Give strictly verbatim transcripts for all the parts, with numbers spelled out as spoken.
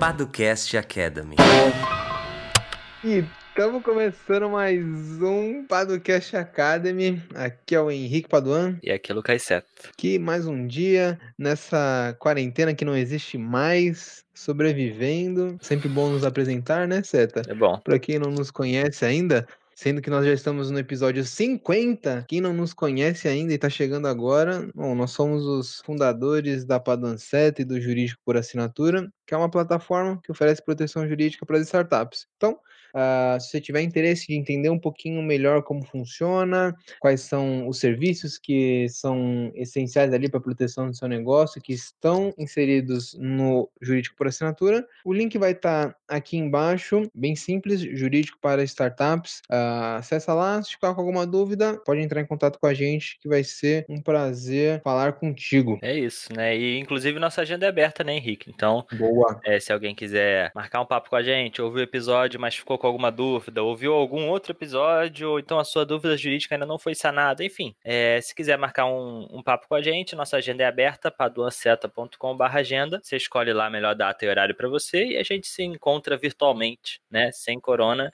Paducast Academy. E estamos começando mais um Paducast Academy. Aqui é o Henrique Paduan. E aqui é o Lucas Seto. Aqui mais um dia nessa quarentena que não existe mais, sobrevivendo. Sempre bom nos apresentar, né, Seta? É bom. Para quem não nos conhece ainda, sendo que nós já estamos no episódio cinquenta, quem não nos conhece ainda e está chegando agora, bom, nós somos os fundadores da Paduan Seta e do Jurídico por Assinatura, que é uma plataforma que oferece proteção jurídica para as startups. Então, Uh, se você tiver interesse de entender um pouquinho melhor como funciona, quais são os serviços que são essenciais ali para a proteção do seu negócio, que estão inseridos no Jurídico por Assinatura, o link vai estar tá aqui embaixo, bem simples, Jurídico para Startups. Uh, acessa lá, se ficar com alguma dúvida, pode entrar em contato com a gente, que vai ser um prazer falar contigo. É isso, né? E inclusive nossa agenda é aberta, né, Henrique? Então, Boa. É, se alguém quiser marcar um papo com a gente, ouvir o episódio, mas ficou com alguma dúvida, ouviu algum outro episódio, ou então a sua dúvida jurídica ainda não foi sanada, enfim, é, se quiser marcar um, um papo com a gente, nossa agenda é aberta, paduanceta ponto com barra agenda, você escolhe lá a melhor data e horário para você e a gente se encontra virtualmente, né, sem corona,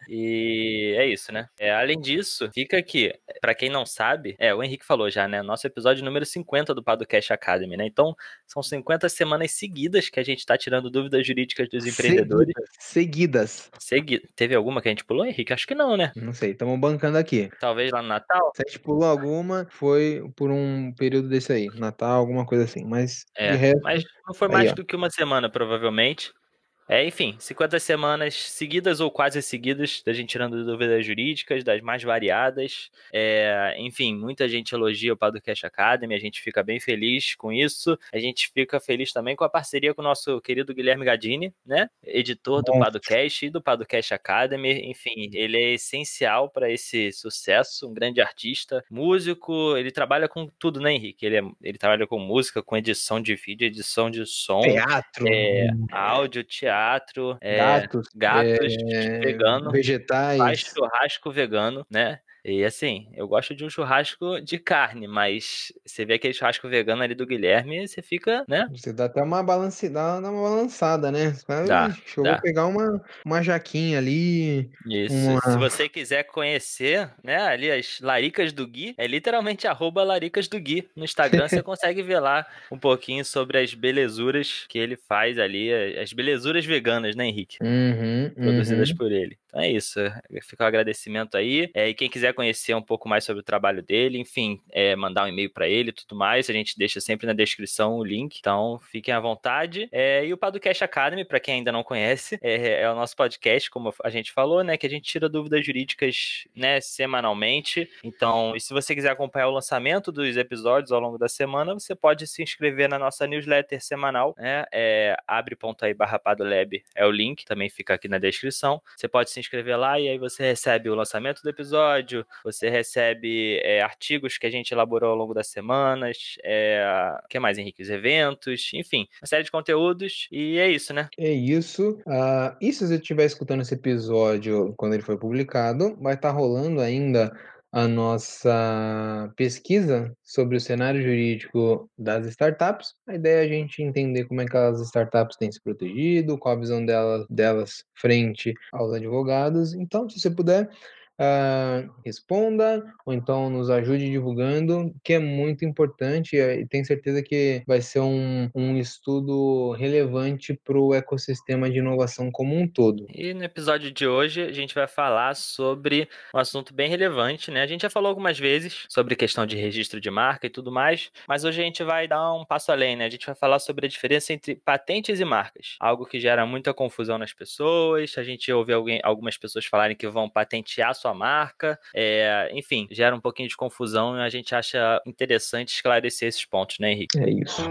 e é isso, né. É, além disso, fica aqui, para quem não sabe, é, o Henrique falou já, né, nosso episódio número cinquenta do Paducast Academy, né, então são cinquenta semanas seguidas que a gente tá tirando dúvidas jurídicas dos empreendedores. Seguidas. Segui... Teve alguma que a gente pulou, Henrique? Acho que não, né? Não sei, estamos bancando aqui. Talvez lá no Natal? Se a gente pulou alguma, foi por um período desse aí. Natal, alguma coisa assim. Mas, de É, resto... mas não foi aí, mais ó. do que uma semana, provavelmente. É, enfim, cinquenta semanas seguidas ou quase seguidas da gente tirando dúvidas jurídicas, das mais variadas. É, enfim, muita gente elogia o Paducast Academy, a gente fica bem feliz com isso. A gente fica feliz também com a parceria com o nosso querido Guilherme Gadini, né? Editor do Bom. Paducast e do Paducast Academy. Enfim, ele é essencial para esse sucesso, um grande artista, músico, ele trabalha com tudo, né, Henrique? Ele, é, ele trabalha com música, com edição de vídeo, edição de som, Teatro. é, áudio, teatro. Teatro, é, gatos, gatos é, vegano, vegetais, faz churrasco vegano, né? E assim, eu gosto de um churrasco de carne, mas você vê aquele churrasco vegano ali do Guilherme, você fica, né? Você dá até uma, balance, dá uma balançada, né? Dá, Ixi, eu dá. vou pegar uma, uma jaquinha ali. Isso. Uma... Se você quiser conhecer, né, ali as laricas do Gui, é literalmente arroba laricas do Gui. No Instagram você consegue ver lá um pouquinho sobre as belezuras que ele faz ali, as belezuras veganas, né, Henrique? Uhum, Produzidas uhum. por ele. Então é isso. Fica o agradecimento aí. É, e quem quiser conhecer um pouco mais sobre o trabalho dele, enfim, é, mandar um e-mail para ele e tudo mais, a gente deixa sempre na descrição o link. Então fiquem à vontade. É, e o Paducast Academy, para quem ainda não conhece, é, é o nosso podcast, como a gente falou, né? Que a gente tira dúvidas jurídicas, né, semanalmente. Então, e se você quiser acompanhar o lançamento dos episódios ao longo da semana, você pode se inscrever na nossa newsletter semanal, né? É, abre.aí barra padolab é o link, também fica aqui na descrição. Você pode se inscrever lá e aí você recebe o lançamento do episódio, você recebe é, artigos que a gente elaborou ao longo das semanas, é, o que mais, Henrique? Os eventos, enfim, uma série de conteúdos e é isso, né? É isso. Uh, e se você estiver escutando esse episódio quando ele for publicado, vai estar rolando ainda a nossa pesquisa sobre o cenário jurídico das startups. A ideia é a gente entender como é que as startups têm se protegido, qual a visão delas, delas frente aos advogados. Então, se você puder, Uh, responda ou então nos ajude divulgando, que é muito importante e tenho certeza que vai ser um, um estudo relevante para o ecossistema de inovação como um todo. E no episódio de hoje a gente vai falar sobre um assunto bem relevante, né? A gente já falou algumas vezes sobre questão de registro de marca e tudo mais, mas hoje a gente vai dar um passo além, né? A gente vai falar sobre a diferença entre patentes e marcas, algo que gera muita confusão nas pessoas. A gente ouve alguém, algumas pessoas falarem que vão patentear sua marca, é, enfim, gera um pouquinho de confusão e a gente acha interessante esclarecer esses pontos, né, Henrique? É isso.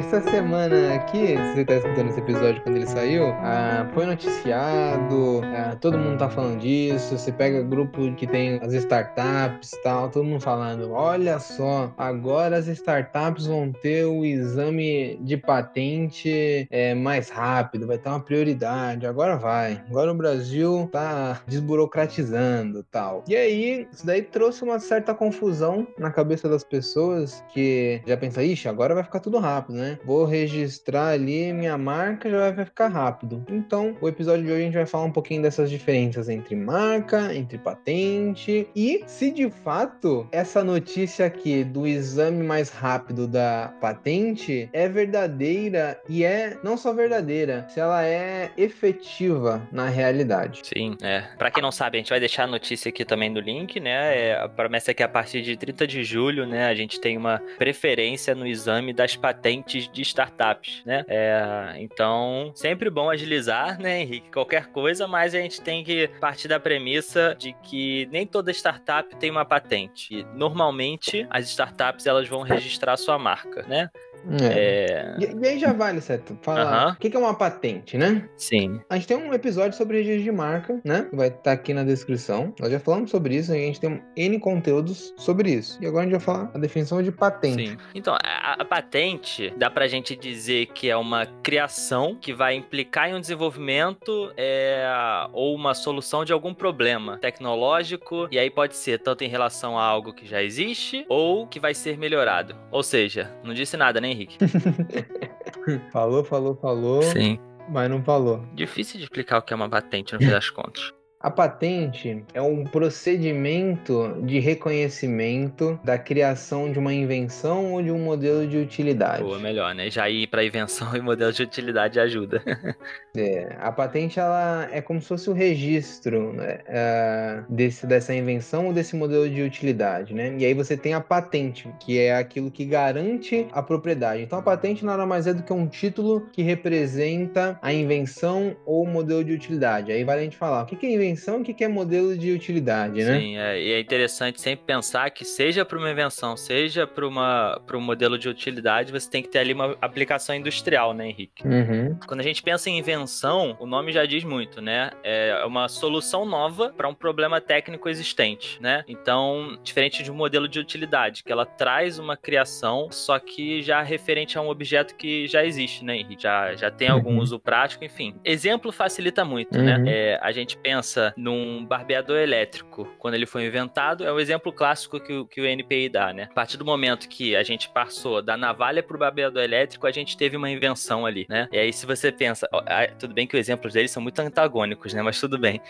essa semana aqui, se você tá escutando esse episódio quando ele saiu, ah, foi noticiado, ah, todo mundo tá falando disso, você pega grupo que tem as startups e tal, todo mundo falando, olha só, agora as startups vão ter o exame de patente é, mais rápido, vai ter uma prioridade, agora vai, agora o Brasil tá desburocratizando e tal. E aí, isso daí trouxe uma certa confusão na cabeça das pessoas, que já pensa, ixi, agora vai ficar tudo rápido, né? Vou registrar ali minha marca, já vai ficar rápido. Então, o episódio de hoje a gente vai falar um pouquinho dessas diferenças entre marca, entre patente e se de fato essa notícia aqui do exame mais rápido da patente é verdadeira e é não só verdadeira, se ela é efetiva na realidade. Sim, é. Pra quem não sabe, a gente vai deixar a notícia aqui também no link, né? É, a promessa é que a partir de trinta de julho, né, a gente tem uma preferência no exame das patentes de startups, né? É, então, sempre bom agilizar, né, Henrique? Qualquer coisa, mas a gente tem que partir da premissa de que nem toda startup tem uma patente. E, normalmente, as startups, elas vão registrar a sua marca, né? É. É... E, e aí já vale, certo? Falar Aham. o que, que é uma patente, né? Sim. A gente tem um episódio sobre registro de marca, né? Vai estar aqui na descrição. Nós já falamos sobre isso e a gente tem N conteúdos sobre isso. E agora a gente vai falar a definição de patente. Sim. Então, a, a patente dá pra gente dizer que é uma criação que vai implicar em um desenvolvimento é, ou uma solução de algum problema tecnológico, e aí pode ser tanto em relação a algo que já existe ou que vai ser melhorado. Ou seja, não disse nada, né, Henrique? Falou, falou, falou, Sim. mas não falou. Difícil de explicar o que é uma patente no fim das contas. A patente é um procedimento de reconhecimento da criação de uma invenção ou de um modelo de utilidade. Boa, melhor, né? Já ir pra invenção e modelo de utilidade ajuda. É, a patente ela é como se fosse o registro, né, é, desse, dessa invenção ou desse modelo de utilidade, né? E aí você tem a patente, que é aquilo que garante a propriedade. Então a patente nada mais é do que um título que representa a invenção ou modelo de utilidade. Aí vale a gente falar o que é invenção e o que é modelo de utilidade, né? Sim, é, e é interessante sempre pensar que seja para uma invenção, seja para uma para um modelo de utilidade, você tem que ter ali uma aplicação industrial, né, Henrique? Uhum. Quando a gente pensa em invenção, o nome já diz muito, né? É uma solução nova para um problema técnico existente, né? Então, diferente de um modelo de utilidade, que ela traz uma criação, só que já referente a um objeto que já existe, né, Henrique? Já, já tem algum Uhum. uso prático, enfim. Exemplo facilita muito, Uhum. né? É, a gente pensa num barbeador elétrico, quando ele foi inventado, é o exemplo clássico que o, que o N P I dá, né? A partir do momento que a gente passou da navalha pro barbeador elétrico, a gente teve uma invenção ali, né? E aí se você pensa, ó, tudo bem que os exemplos deles são muito antagônicos, né? Mas tudo bem.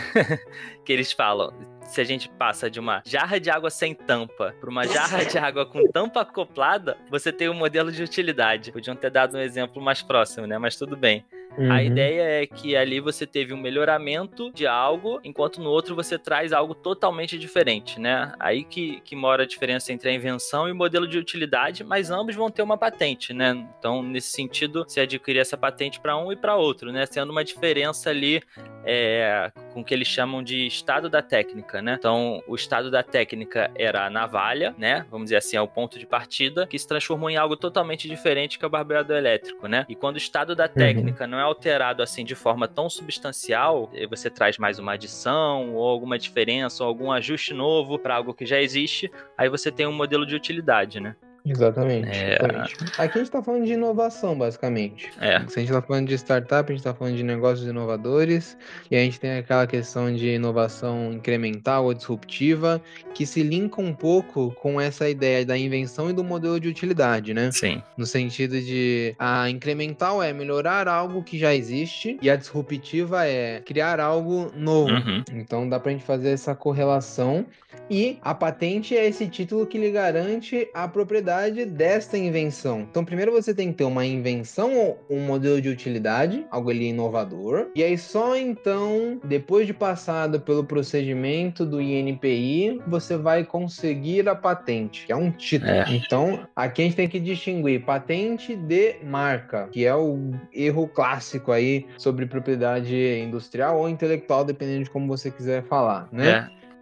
Que eles falam, se a gente passa de uma jarra de água sem tampa para uma jarra de água com tampa acoplada, você tem um modelo de utilidade. Podiam ter dado um exemplo mais próximo, né? Mas tudo bem. Uhum. A ideia é que ali você teve um melhoramento de algo, enquanto no outro você traz algo totalmente diferente, né? Aí que, que mora a diferença entre a invenção e o modelo de utilidade, mas ambos vão ter uma patente, né? Então, nesse sentido, você adquire essa patente para um e para outro, né? Sendo uma diferença ali é, com o que eles chamam de estado da técnica, né? Então, o estado da técnica era a navalha, né? Vamos dizer assim, é o ponto de partida, que se transformou em algo totalmente diferente, que é o barbeador elétrico, né? E quando o estado da técnica uhum. não é alterado assim de forma tão substancial, você traz mais uma adição ou alguma diferença ou algum ajuste novo para algo que já existe, aí você tem um modelo de utilidade, né? Exatamente, é... exatamente. Aqui a gente tá falando de inovação, basicamente. É. Se a gente tá falando de startup, a gente tá falando de negócios inovadores, e a gente tem aquela questão de inovação incremental ou disruptiva, que se linka um pouco com essa ideia da invenção e do modelo de utilidade, né? Sim. No sentido de a incremental é melhorar algo que já existe, e a disruptiva é criar algo novo. Uhum. Então dá pra gente fazer essa correlação. E a patente é esse título que lhe garante a propriedade desta invenção. Então, primeiro você tem que ter uma invenção ou um modelo de utilidade, algo ali inovador. E aí, só então, depois de passado pelo procedimento do I N P I, você vai conseguir a patente, que é um título. É. Então, aqui a gente tem que distinguir patente de marca, que é o erro clássico aí sobre propriedade industrial ou intelectual, dependendo de como você quiser falar, né? É.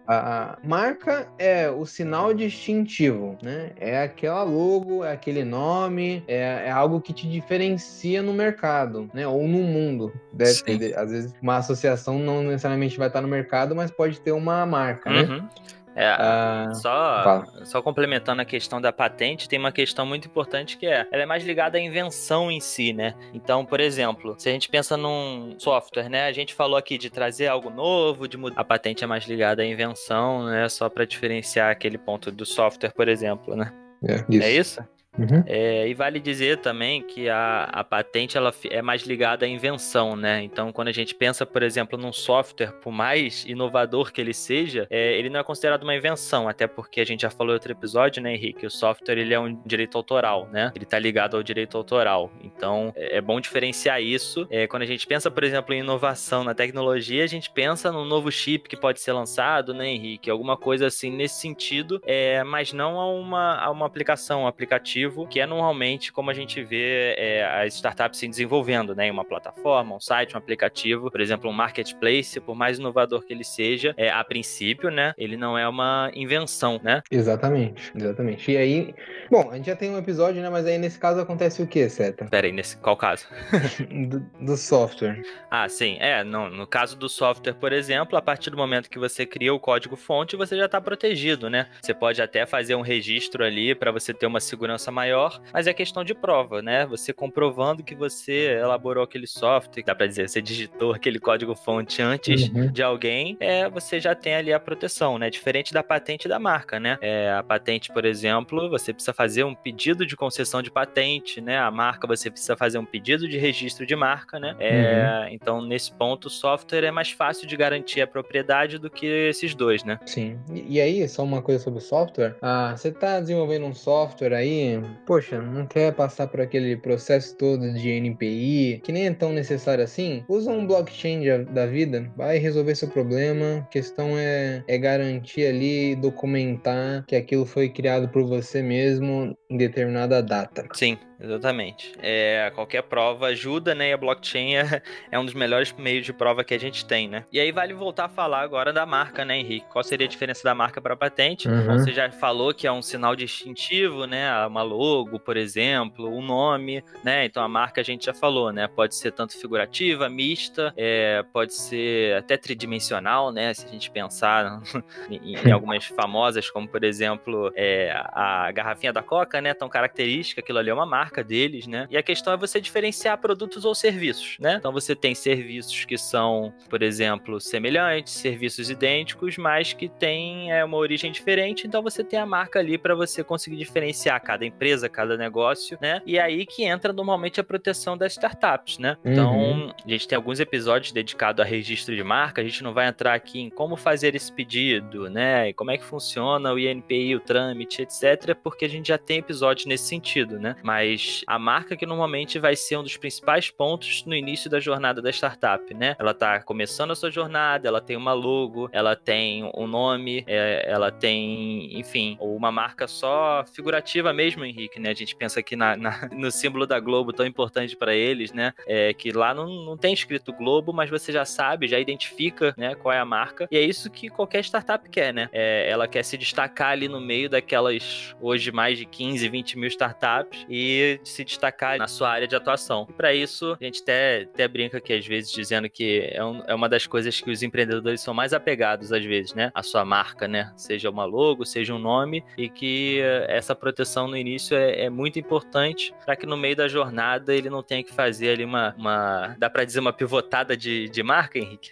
A marca é o sinal distintivo, né? É aquela logo, é aquele nome, é, é algo que te diferencia no mercado, né? Ou no mundo. Deve Sim. ter, às vezes, uma associação não necessariamente vai estar no mercado, mas pode ter uma marca, né? Uhum. É, Ah, só, fala. só complementando a questão da patente, tem uma questão muito importante que é, ela é mais ligada à invenção em si, né? Então, por exemplo, se a gente pensa num software, né? A gente falou aqui de trazer algo novo, de mudar. A patente é mais ligada à invenção, né? Só para diferenciar aquele ponto do software, por exemplo, né? É, É isso. isso? Uhum. É, e vale dizer também que a, a patente ela fi- é mais ligada à invenção, né? Então, quando a gente pensa, por exemplo, num software, por mais inovador que ele seja, é, ele não é considerado uma invenção, até porque a gente já falou em outro episódio, né, Henrique? O software ele é um direito autoral, né? Ele está ligado ao direito autoral. Então, é, é bom diferenciar isso. É, quando a gente pensa, por exemplo, em inovação na tecnologia, a gente pensa num novo chip que pode ser lançado, né, Henrique? Alguma coisa assim nesse sentido, é, mas não a uma, a uma aplicação, um aplicativo, que é normalmente como a gente vê é, as startups se desenvolvendo, né? Em uma plataforma, um site, um aplicativo, por exemplo, um marketplace, por mais inovador que ele seja, é, a princípio, né? Ele não é uma invenção, né? Exatamente, exatamente. E aí, bom, a gente já tem um episódio, né? Mas aí nesse caso acontece o quê, Seta? Pera aí, nesse qual caso? Do, do software. Ah, sim. É, no, no caso do software, por exemplo, a partir do momento que você cria o código-fonte, você já está protegido, né? Você pode até fazer um registro ali para você ter uma segurança maior, mas é questão de prova, né? Você comprovando que você elaborou aquele software, dá para dizer, você digitou aquele código-fonte antes Uhum. de alguém, é, você já tem ali a proteção, né? Diferente da patente da marca, né? É, a patente, por exemplo, você precisa fazer um pedido de concessão de patente, né? A marca, você precisa fazer um pedido de registro de marca, né? É, Uhum. então, nesse ponto, o software é mais fácil de garantir a propriedade do que esses dois, né? Sim. E, e aí, só uma coisa sobre o software. Ah, você está desenvolvendo um software aí, poxa, não quer passar por aquele processo todo de N P I, que nem é tão necessário assim? Usa um blockchain de- da vida, vai resolver seu problema. A questão é, é garantir ali, documentar que aquilo foi criado por você mesmo em determinada data. Sim, exatamente. É, qualquer prova ajuda, né? E a blockchain é, é um dos melhores meios de prova que a gente tem, né? E aí vale voltar a falar agora da marca, né, Henrique? Qual seria a diferença da marca para a patente? Bom, Uhum. você já falou que é um sinal distintivo, né? Uma logo, por exemplo, um nome, né? Então a marca a gente já falou, né? Pode ser tanto figurativa, mista, é, pode ser até tridimensional, né? Se a gente pensar em, em algumas famosas, como por exemplo é, a garrafinha da Coca, né? Tão característica, aquilo ali é uma marca deles, né? E a questão é você diferenciar produtos ou serviços, né? Então você tem serviços que são, por exemplo, semelhantes, serviços idênticos, mas que têm é, uma origem diferente, então você tem a marca ali para você conseguir diferenciar cada empresa, cada negócio, né? E é aí que entra normalmente a proteção das startups, né? Então, Uhum. a gente tem alguns episódios dedicados a registro de marca, a gente não vai entrar aqui em como fazer esse pedido, né? E como é que funciona o I N P I, o trâmite, etcétera, porque a gente já tem episódios nesse sentido, né? Mas a marca que normalmente vai ser um dos principais pontos no início da jornada da startup, né? Ela tá começando a sua jornada, ela tem uma logo, ela tem um nome, é, ela tem, enfim, uma marca só figurativa mesmo, Henrique, né? A gente pensa aqui na, na, no símbolo da Globo, tão importante para eles, né? É, que lá não, não tem escrito Globo, mas você já sabe, já identifica, né, qual é a marca. E é isso que qualquer startup quer, né? É, ela quer se destacar ali no meio daquelas, hoje, mais de quinze, vinte mil startups e se destacar na sua área de atuação. E para isso, a gente até, até brinca aqui às vezes dizendo que é, um, é uma das coisas que os empreendedores são mais apegados às vezes, né? A sua marca, né? Seja uma logo, seja um nome, e que essa proteção no início é, é muito importante para que no meio da jornada ele não tenha que fazer ali uma, uma dá para dizer uma pivotada de, de marca, Henrique?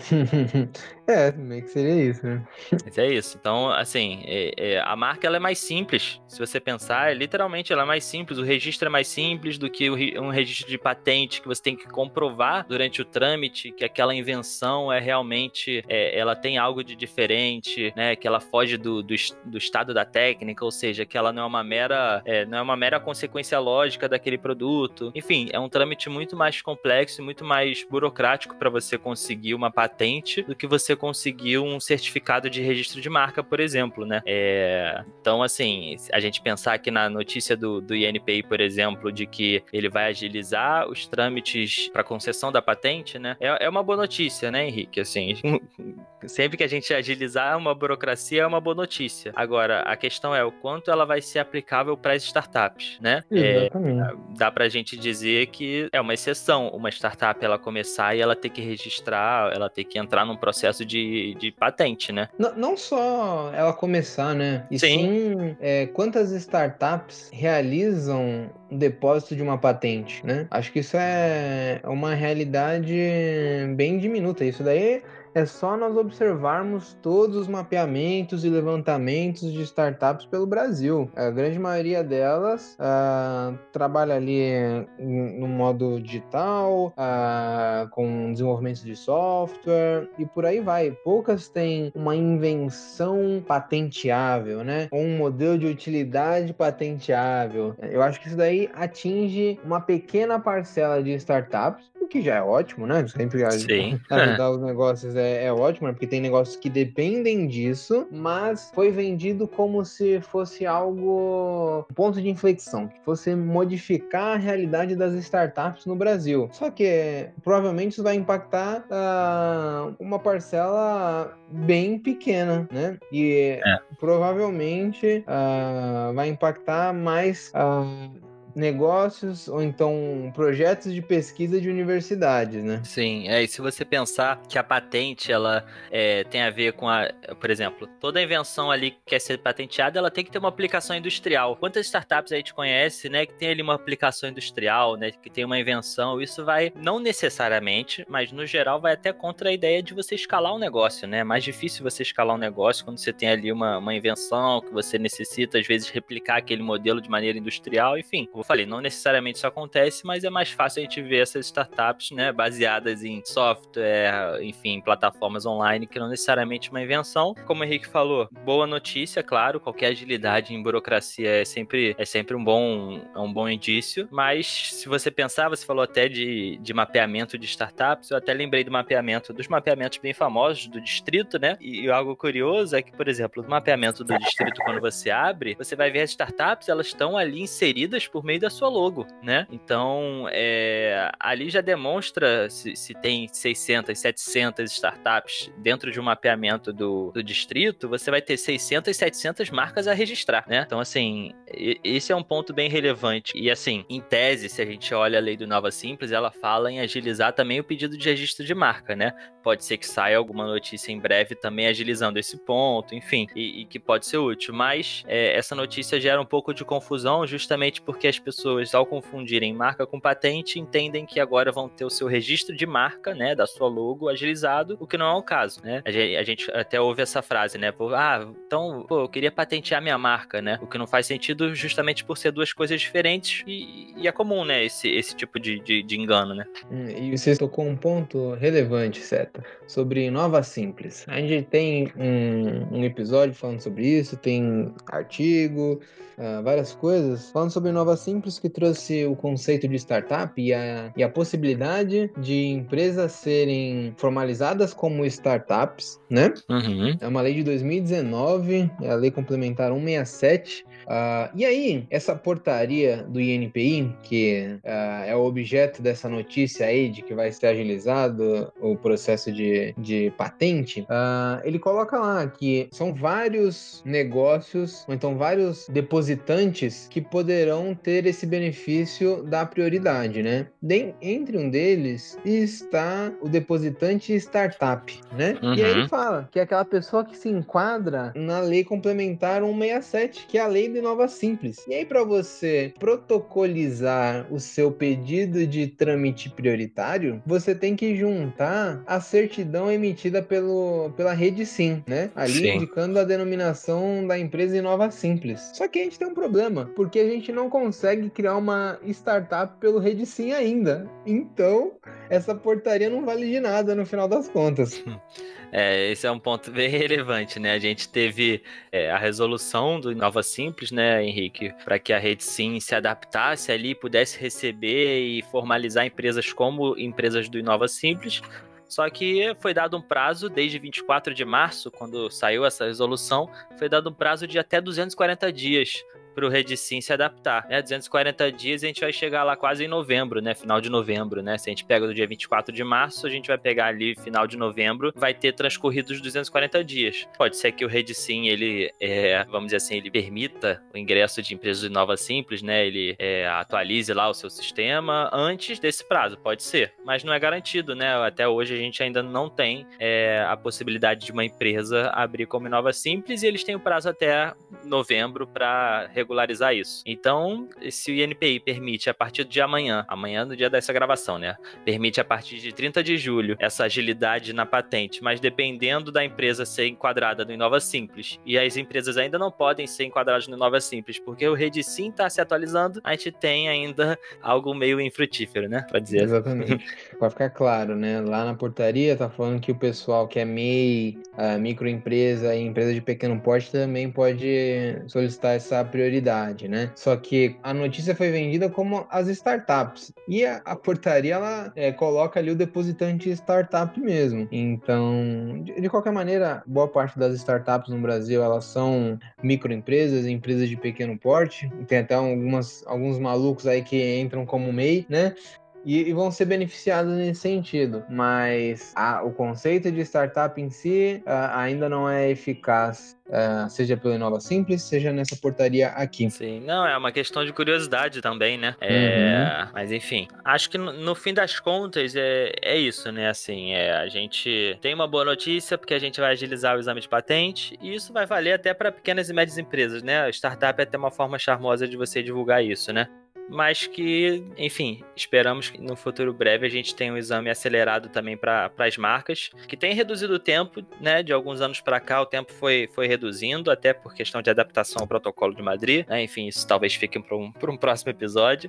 É, meio que seria isso, né? Mas é isso. Então, assim, é, é, a marca ela é mais simples. Se você pensar, é, literalmente ela é mais simples. O registro é mais simples do que o, um registro de patente que você tem que comprovar durante o trâmite que aquela invenção é realmente, é, ela tem algo de diferente, né? Que ela foge do, do, do estado da técnica, ou seja, que ela não é uma mera, é, não é uma mera consequência lógica daquele produto. Enfim, é um trâmite muito mais complexo e muito mais burocrático para você conseguir uma patente do que você conseguir um certificado de registro de marca, por exemplo, né? É, então, assim, a gente pensar aqui na notícia do, do I N P I, por exemplo, de que ele vai agilizar os trâmites para concessão da patente, né? É, é uma boa notícia, né, Henrique? Assim, sempre que a gente agilizar uma burocracia, é uma boa notícia. Agora, a questão é o quanto ela vai ser aplicável para as startups, né? É, Exatamente. dá pra gente dizer que é uma exceção uma startup ela começar e ela ter que registrar, ela ter que entrar num processo de, de patente, né? Não, não só ela começar, né? E Sim. sim, é, quantas startups realizam o depósito de uma patente, né? Acho que isso é uma realidade bem diminuta. Isso daí é só nós observarmos todos os mapeamentos e levantamentos de startups pelo Brasil. A grande maioria delas ah, trabalha ali no modo digital, ah, com desenvolvimento de software e por aí vai. Poucas têm uma invenção patenteável, né? Ou um modelo de utilidade patenteável. Eu acho que isso daí atinge uma pequena parcela de startups, o que já é ótimo, né? Sempre Sim. ajudar os negócios é, é ótimo, né? Porque tem negócios que dependem disso, mas foi vendido como se fosse algo, um ponto de inflexão, que fosse modificar a realidade das startups no Brasil. Só que provavelmente isso vai impactar uh, uma parcela bem pequena, né? E É. provavelmente uh, vai impactar mais uh, negócios ou então projetos de pesquisa de universidades, né? Sim, é, e se você pensar que a patente, ela é, tem a ver com a, por exemplo, toda invenção ali que quer ser patenteada, ela tem que ter uma aplicação industrial. Quantas startups a gente conhece, né, que tem ali uma aplicação industrial, né, que tem uma invenção, isso vai, não necessariamente, mas no geral vai até contra a ideia de você escalar um negócio, né, é mais difícil você escalar um negócio quando você tem ali uma, uma invenção que você necessita, às vezes, replicar aquele modelo de maneira industrial, enfim, como eu falei, não necessariamente isso acontece, mas é mais fácil a gente ver essas startups, né, baseadas em software, enfim, plataformas online, que não necessariamente uma invenção. Como o Henrique falou, boa notícia, claro, qualquer agilidade em burocracia é sempre, é sempre um, bom, é um bom indício, mas se você pensar, você falou até de, de mapeamento de startups, eu até lembrei do mapeamento, dos mapeamentos bem famosos do distrito, né? E, e algo curioso é que, por exemplo, no mapeamento do distrito, quando você abre, você vai ver as startups, elas estão ali inseridas por meio da sua logo, né? Então, é, ali já demonstra Se, se tem seiscentas, setecentas startups dentro de um mapeamento do, do distrito, você vai ter seiscentas, setecentas marcas a registrar, né? Então, assim, esse é um ponto bem relevante. E, assim, em tese, se a gente olha a lei do Nova Simples, ela fala em agilizar também o pedido de registro de marca, né? Pode ser que saia alguma notícia em breve também agilizando esse ponto, enfim, e, e que pode ser útil. Mas é, essa notícia gera um pouco de confusão justamente porque as pessoas, ao confundirem marca com patente, entendem que agora vão ter o seu registro de marca, né, da sua logo agilizado, o que não é o caso, né? A gente, a gente até ouve essa frase, né? Ah, então, pô, eu queria patentear minha marca, né? O que não faz sentido justamente por ser duas coisas diferentes e, e é comum, né, esse, esse tipo de, de, de engano, né? E você tocou um ponto relevante, Seta, sobre Nova Simples. A gente tem um, um episódio falando sobre isso, tem artigo, uh, várias coisas falando sobre Nova Simples, que trouxe o conceito de startup e a, e a possibilidade de empresas serem formalizadas como startups, né? Uhum. É uma lei de dois mil e dezenove, é a Lei Complementar cento e sessenta e sete. Uh, e aí, essa portaria do I N P I, que uh, é o objeto dessa notícia aí de que vai ser agilizado o processo de, de patente, uh, ele coloca lá que são vários negócios, ou então vários depositantes que poderão ter esse benefício da prioridade, né? De, entre um deles está o depositante startup, né? Uhum. E aí ele fala que é aquela pessoa que se enquadra na Lei Complementar cento e sessenta e sete, que é a lei de Nova Simples. E aí, para você protocolizar o seu pedido de trâmite prioritário, você tem que juntar a certidão emitida pelo, pela Rede Sim, né? Ali Sim. indicando a denominação da empresa em Nova Simples. Só que a gente tem um problema, porque a gente não consegue criar uma startup pelo Rede Sim ainda. Então, essa portaria não vale de nada no final das contas. É, esse é um ponto bem relevante, né? A gente teve é, a resolução do Nova Simples, né, Henrique, para que a Rede Sim se adaptasse ali, pudesse receber e formalizar empresas como empresas do Nova Simples. Só que foi dado um prazo, desde vinte e quatro de março, quando saiu essa resolução, foi dado um prazo de até duzentos e quarenta dias pro Redsim se adaptar, né? duzentos e quarenta dias a gente vai chegar lá quase em novembro, né? Final de novembro, né? Se a gente pega do dia vinte e quatro de março, a gente vai pegar ali final de novembro, vai ter transcorrido os duzentos e quarenta dias. Pode ser que o Redsim, ele, é, vamos dizer assim, ele permita o ingresso de empresas de Nova Simples, né? Ele é, atualize lá o seu sistema antes desse prazo, pode ser, mas não é garantido, né? Até hoje a gente ainda não tem é, a possibilidade de uma empresa abrir como Nova Simples e eles têm o prazo até novembro para regularizar isso. Então, se o I N P I permite a partir de amanhã, amanhã no dia dessa gravação, né? Permite a partir de trinta de julho essa agilidade na patente, mas dependendo da empresa ser enquadrada no Inova Simples, e as empresas ainda não podem ser enquadradas no Inova Simples, porque o Redsim está se atualizando, a gente tem ainda algo meio infrutífero, né? Pra dizer. Exatamente. Para ficar claro, né? Lá na portaria tá falando que o pessoal que é M E I, a microempresa e empresa de pequeno porte também pode solicitar essa prioridade, né? Só que a notícia foi vendida como as startups. E a, a portaria, ela é, coloca ali o depositante startup mesmo. Então, de, de qualquer maneira, boa parte das startups no Brasil, elas são microempresas, empresas de pequeno porte. Tem até algumas, alguns malucos aí que entram como M E I, né? E, e vão ser beneficiados nesse sentido, mas a, o conceito de startup em si uh, ainda não é eficaz, uh, seja pelo Inova Simples, seja nessa portaria aqui. Sim, não, é uma questão de curiosidade também, né? Uhum. É, mas enfim, acho que no, no fim das contas é, é isso, né? Assim, é, a gente tem uma boa notícia porque a gente vai agilizar o exame de patente e isso vai valer até para pequenas e médias empresas, né? A startup é até uma forma charmosa de você divulgar isso, né? Mas que, enfim, esperamos que no futuro breve a gente tenha um exame acelerado também para as marcas, que tem reduzido o tempo, né? De alguns anos para cá o tempo foi, foi reduzindo, até por questão de adaptação ao protocolo de Madrid, né? Enfim, isso talvez fique para um, um próximo episódio,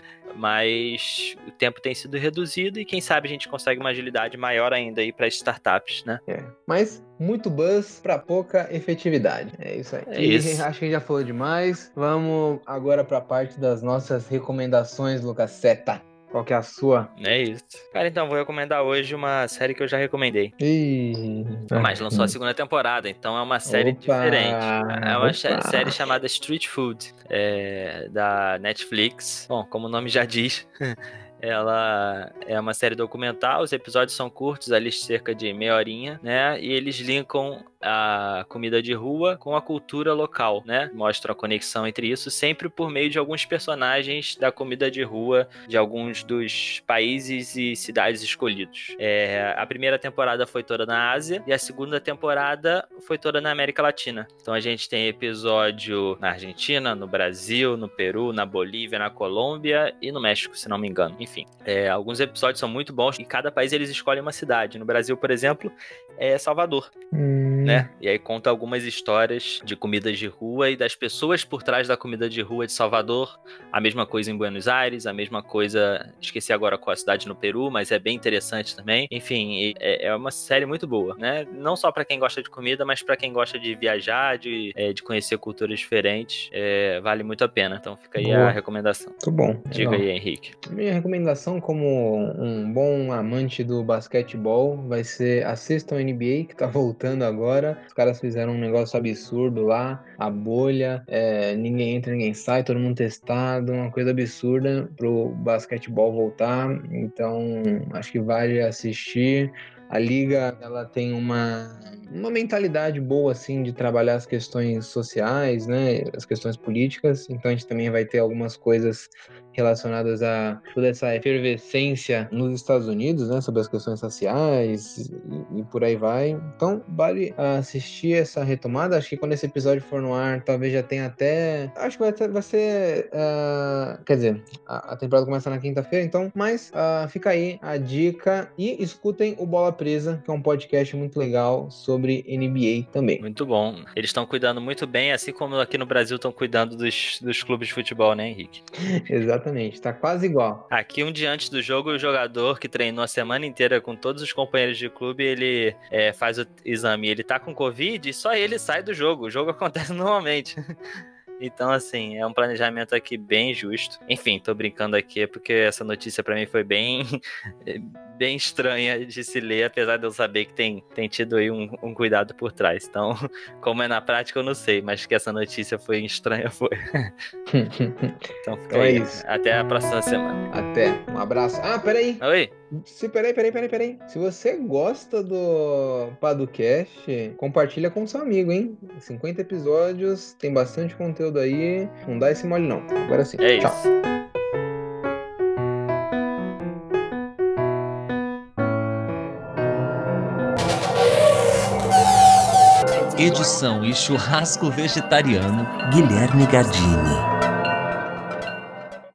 mas o tempo tem sido reduzido e quem sabe a gente consegue uma agilidade maior ainda aí para as startups, né? É, mas muito buzz para pouca efetividade. É isso aí. É E isso. acho que já falou demais. Vamos agora para a parte das nossas recomendações, Lucas Seta. Qual que é a sua? É isso. Cara, então vou recomendar hoje uma série que eu já recomendei. Ih, Mas lançou a segunda temporada, então é uma série opa, diferente. É uma opa. série chamada Street Food, é, da Netflix. Bom, como o nome já diz, ela é uma série documental, os episódios são curtos, ali cerca de meia horinha, né? E eles linkam a comida de rua com a cultura local, né? Mostram a conexão entre isso, sempre por meio de alguns personagens da comida de rua de alguns dos países e cidades escolhidos. É, a primeira temporada foi toda na Ásia e a segunda temporada foi toda na América Latina. Então a gente tem episódio na Argentina, no Brasil, no Peru, na Bolívia, na Colômbia e no México, se não me engano. Enfim, é, alguns episódios são muito bons e cada país eles escolhem uma cidade. No Brasil, por exemplo, é Salvador. Hum. Né? E aí conta algumas histórias de comidas de rua e das pessoas por trás da comida de rua de Salvador. A mesma coisa em Buenos Aires, a mesma coisa, esqueci agora qual a cidade no Peru, mas é bem interessante também. Enfim, é, é uma série muito boa, né? Não só para quem gosta de comida, mas para quem gosta de viajar, de, é, de conhecer culturas diferentes, é, vale muito a pena. Então fica aí Boa. a recomendação. Muito bom. Diga Legal. aí, Henrique. Minha recomendação como um bom amante do basquetebol vai ser assistam o N B A, que tá voltando agora. Os caras fizeram um negócio absurdo lá, a bolha, é, ninguém entra, ninguém sai, todo mundo testado, uma coisa absurda pro basquetebol voltar. Então, acho que vale assistir. A liga, ela tem uma, uma mentalidade boa, assim, de trabalhar as questões sociais, né, as questões políticas. Então, a gente também vai ter algumas coisas relacionadas a toda essa efervescência nos Estados Unidos, né, sobre as questões raciais e, e por aí vai. Então, vale assistir essa retomada. Acho que quando esse episódio for no ar, talvez já tenha até... Acho que vai, ter, vai ser... Uh... Quer dizer, a, a temporada começa na quinta-feira, então... Mas uh, fica aí a dica e escutem o Bola Presa, que é um podcast muito legal sobre N B A também. Muito bom. Eles estão cuidando muito bem, assim como aqui no Brasil estão cuidando dos, dos clubes de futebol, né, Henrique? Exatamente, tá quase igual. Aqui, um dia antes do jogo, o jogador que treinou a semana inteira com todos os companheiros de clube, ele é, faz o exame. Ele tá com Covid e só ele sai do jogo. O jogo acontece normalmente. Então, assim, é um planejamento aqui bem justo. Enfim, tô brincando aqui porque essa notícia pra mim foi bem, bem estranha de se ler, apesar de eu saber que tem, tem tido aí um, um cuidado por trás. Então, como é na prática, eu não sei, mas que essa notícia foi estranha, foi. Então, fica Então é aí. isso. Até a próxima semana. Até. Um abraço. Ah, peraí. Oi? Se, peraí, peraí, peraí, peraí. Se você gosta do Padocast, compartilha com seu amigo, hein? cinquenta episódios, tem bastante conteúdo aí. Não dá esse mole, não. Agora sim. É Tchau. isso. Edição e churrasco vegetariano, Guilherme Gardini.